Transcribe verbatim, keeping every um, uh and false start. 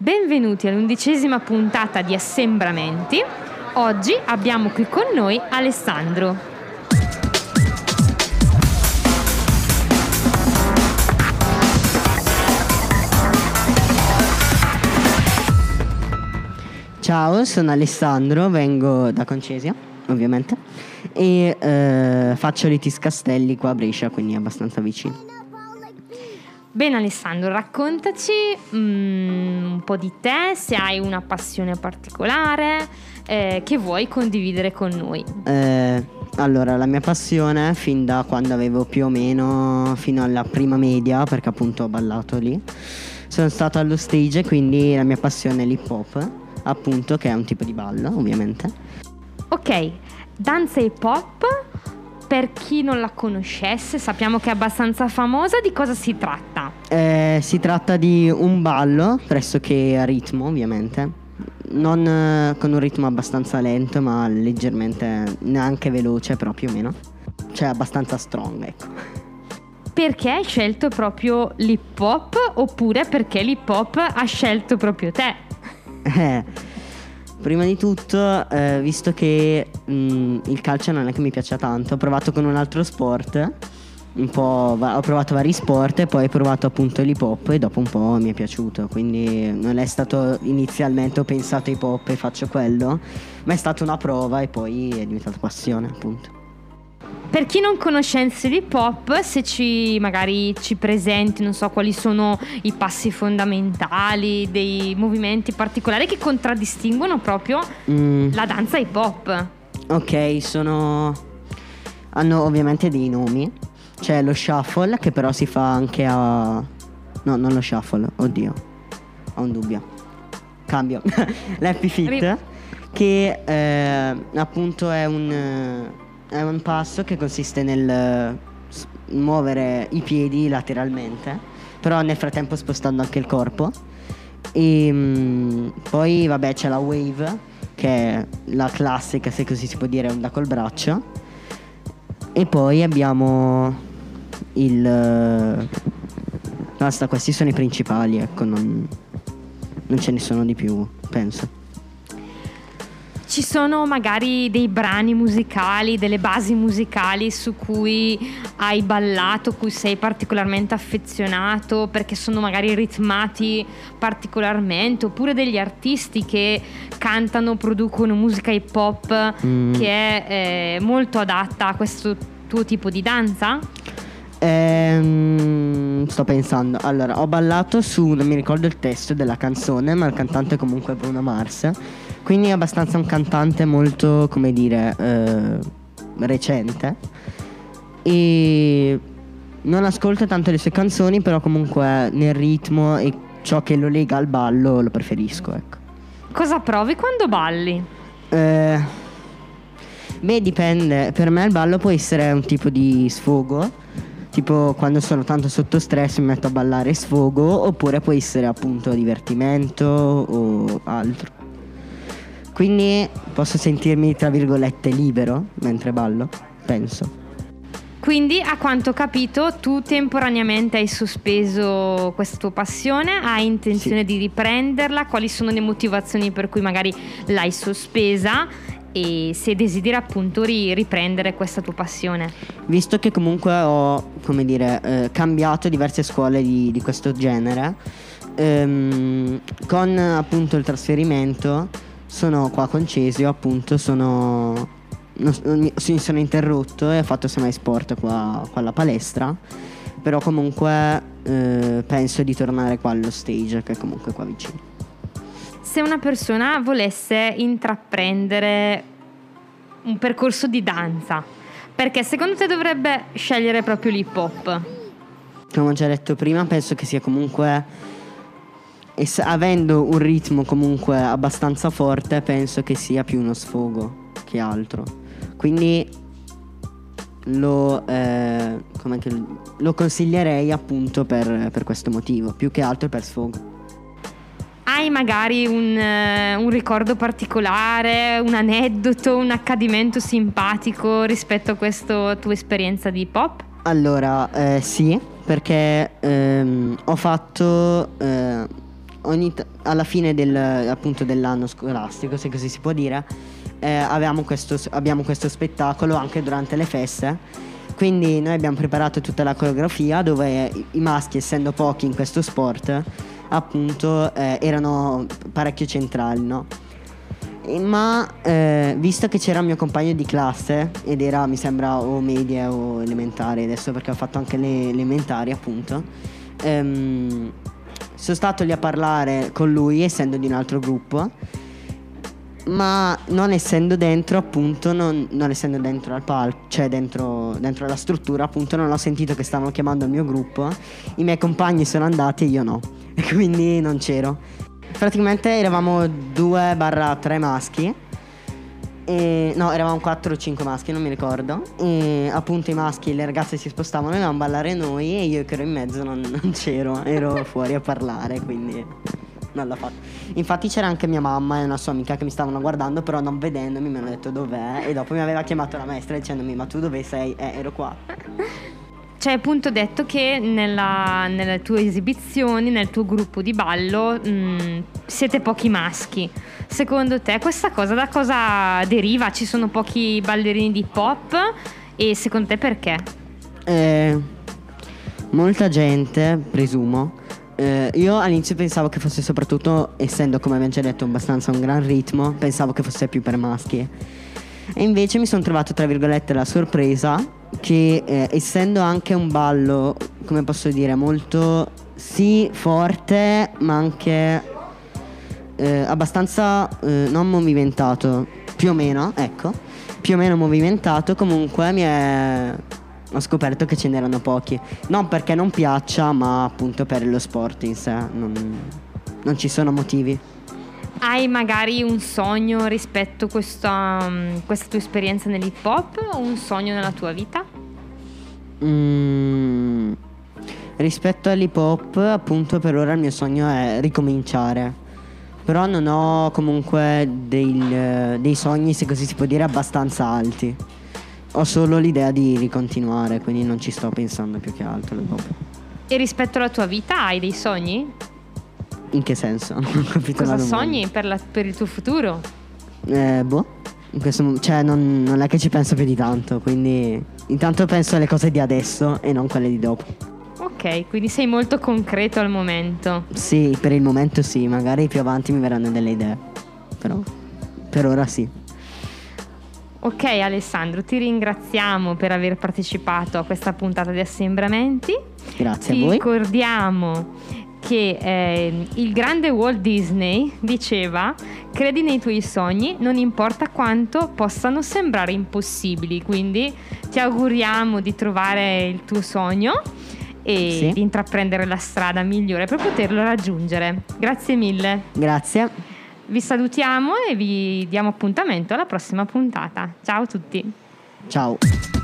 Benvenuti all'undicesima puntata di Assembramenti. Oggi abbiamo qui con noi Alessandro. Ciao, sono Alessandro, vengo da Concesio, ovviamente, e eh, faccio l'Itis Castelli qua a Brescia, quindi abbastanza vicino. Bene Alessandro, raccontaci mm, un po' di te, se hai una passione particolare eh, che vuoi condividere con noi. Eh, allora, la mia passione fin da quando avevo più o meno fino alla prima media, perché appunto ho ballato lì, sono stato allo stage, quindi la mia passione è l'hip hop, appunto, che è un tipo di ballo, ovviamente. Ok, danza hip hop. Per chi non la conoscesse, sappiamo che è abbastanza famosa, di cosa si tratta? Eh, si tratta di un ballo, pressoché a ritmo ovviamente, non eh, con un ritmo abbastanza lento ma leggermente neanche veloce, però più o meno, cioè abbastanza strong, ecco. Perché hai scelto proprio l'hip hop oppure perché l'hip hop ha scelto proprio te? Eh... Prima di tutto, eh, visto che mh, il calcio non è che mi piaccia tanto, ho provato con un altro sport, un po', ho provato vari sport e poi ho provato appunto l'hip hop e dopo un po' mi è piaciuto, quindi non è stato inizialmente ho pensato hip hop e faccio quello, ma è stata una prova e poi è diventata passione, appunto. Per chi non conoscesse l'hip hop, se ci magari ci presenti, non so quali sono i passi fondamentali, dei movimenti particolari che contraddistinguono proprio mm. la danza hip hop. Ok, sono... hanno ovviamente dei nomi. C'è lo shuffle che però si fa anche a... no, non lo shuffle, oddio, ho un dubbio. Cambio. L'happy fit, Ri- che eh, appunto è un... È un passo che consiste nel muovere i piedi lateralmente, però nel frattempo spostando anche il corpo. E mh, poi vabbè c'è la wave, che è la classica, se così si può dire, onda col braccio. E poi abbiamo il... basta, questi sono i principali, ecco, non, non ce ne sono di più, penso. Ci sono magari dei brani musicali, delle basi musicali su cui hai ballato, cui sei particolarmente affezionato perché sono magari ritmati particolarmente, oppure degli artisti che cantano, producono musica hip hop mm. che è eh, molto adatta a questo tuo tipo di danza? Ehm, sto pensando. Allora, ho ballato su, non mi ricordo il testo della canzone, ma il cantante comunque è Bruno Mars, quindi è abbastanza un cantante molto, come dire, eh, recente. E non ascolto tanto le sue canzoni, però comunque nel ritmo e ciò che lo lega al ballo lo preferisco, ecco. Cosa provi quando balli? Eh, beh, dipende. Per me il ballo può essere un tipo di sfogo, tipo quando sono tanto sotto stress mi metto a ballare e sfogo, oppure può essere appunto divertimento o altro. Quindi posso sentirmi tra virgolette libero mentre ballo, penso. Quindi a quanto ho capito tu temporaneamente hai sospeso questa tua passione, hai intenzione sì. di riprenderla, quali sono le motivazioni per cui magari l'hai sospesa e se desideri appunto ri- riprendere questa tua passione? Visto che comunque ho, come dire, eh, cambiato diverse scuole di, di questo genere, ehm, con appunto il trasferimento sono qua a Concesio, appunto sono, non, mi sono interrotto e ho fatto semi sport qua, qua alla palestra, però comunque eh, penso di tornare qua allo stage, che è comunque qua vicino. Se una persona volesse intraprendere un percorso di danza, perché secondo te dovrebbe scegliere proprio l'hip hop? Come ho già detto prima, penso che sia comunque, es- avendo un ritmo comunque abbastanza forte, penso che sia più uno sfogo che altro. Quindi lo, eh, com'è che lo consiglierei appunto per, per questo motivo, più che altro per sfogo. Hai magari un, uh, un ricordo particolare, un aneddoto, un accadimento simpatico rispetto a questa tua esperienza di hip hop? Allora, eh, sì, perché ehm, ho fatto eh, ogni t- alla fine del, appunto dell'anno scolastico, se così si può dire, eh, avevamo questo, abbiamo questo spettacolo anche durante le feste. Quindi noi abbiamo preparato tutta la coreografia, dove i, i maschi, essendo pochi in questo sport, appunto eh, erano parecchio centrali, no? E, ma eh, visto che c'era un mio compagno di classe, ed era, mi sembra, o medie o elementari adesso, perché ho fatto anche le elementari appunto, ehm, sono stato lì a parlare con lui, essendo di un altro gruppo, ma non essendo dentro, appunto, non, non essendo dentro al palco, cioè dentro, dentro la struttura, appunto, non ho sentito che stavano chiamando il mio gruppo. I miei compagni sono andati e io no, e quindi non c'ero. Praticamente eravamo due barra tre maschi, e, no, eravamo quattro o cinque maschi, non mi ricordo. E appunto i maschi e le ragazze si spostavano e dovevamo ballare noi, e io che ero in mezzo non, non c'ero, ero fuori a parlare, quindi non l'ho fatto. Infatti c'era anche mia mamma e una sua amica che mi stavano guardando, però non vedendomi mi hanno detto dov'è, e dopo mi aveva chiamato la maestra dicendomi ma tu dove sei? Eh, ero qua. Ci hai appunto detto che nella, nelle tue esibizioni, nel tuo gruppo di ballo, mh, siete pochi maschi. Secondo te questa cosa da cosa deriva? Ci sono pochi ballerini di hip hop, e secondo te perché? Eh, molta gente, presumo. Eh, io all'inizio pensavo che fosse, soprattutto essendo, come abbiamo già detto, abbastanza un gran ritmo, pensavo che fosse più per maschi. E invece mi sono trovato, tra virgolette, la sorpresa che eh, essendo anche un ballo, come posso dire, molto sì forte, ma anche eh, abbastanza eh, non movimentato, più o meno, ecco, più o meno movimentato, comunque mi è... ho scoperto che ce n'erano pochi. Non perché non piaccia, ma appunto per lo sport in sé. Non, non ci sono motivi. Hai magari un sogno rispetto a questa, questa tua esperienza nell'hip hop, o un sogno nella tua vita? Mm, rispetto all'hip hop, appunto, per ora il mio sogno è ricominciare. Però non ho comunque dei, dei sogni, se così si può dire, abbastanza alti. Ho solo l'idea di ricontinuare, quindi non ci sto pensando più che altro dopo. E rispetto alla tua vita hai dei sogni? In che senso? Non ho capito. Cosa la domanda. sogni per, la, per il tuo futuro? Eh, boh. In questo, mom- cioè non, non è che ci penso più di tanto, quindi intanto penso alle cose di adesso e non quelle di dopo. Ok, quindi sei molto concreto al momento. Sì, per il momento sì, magari più avanti mi verranno delle idee, però per ora sì. Ok Alessandro, ti ringraziamo per aver partecipato a questa puntata di Assembramenti. Grazie ti a voi. Ricordiamo che eh, il grande Walt Disney diceva: credi nei tuoi sogni, non importa quanto possano sembrare impossibili. Quindi ti auguriamo di trovare il tuo sogno e sì. di intraprendere la strada migliore per poterlo raggiungere. Grazie mille. Grazie. Vi salutiamo e vi diamo appuntamento alla prossima puntata. Ciao a tutti. Ciao.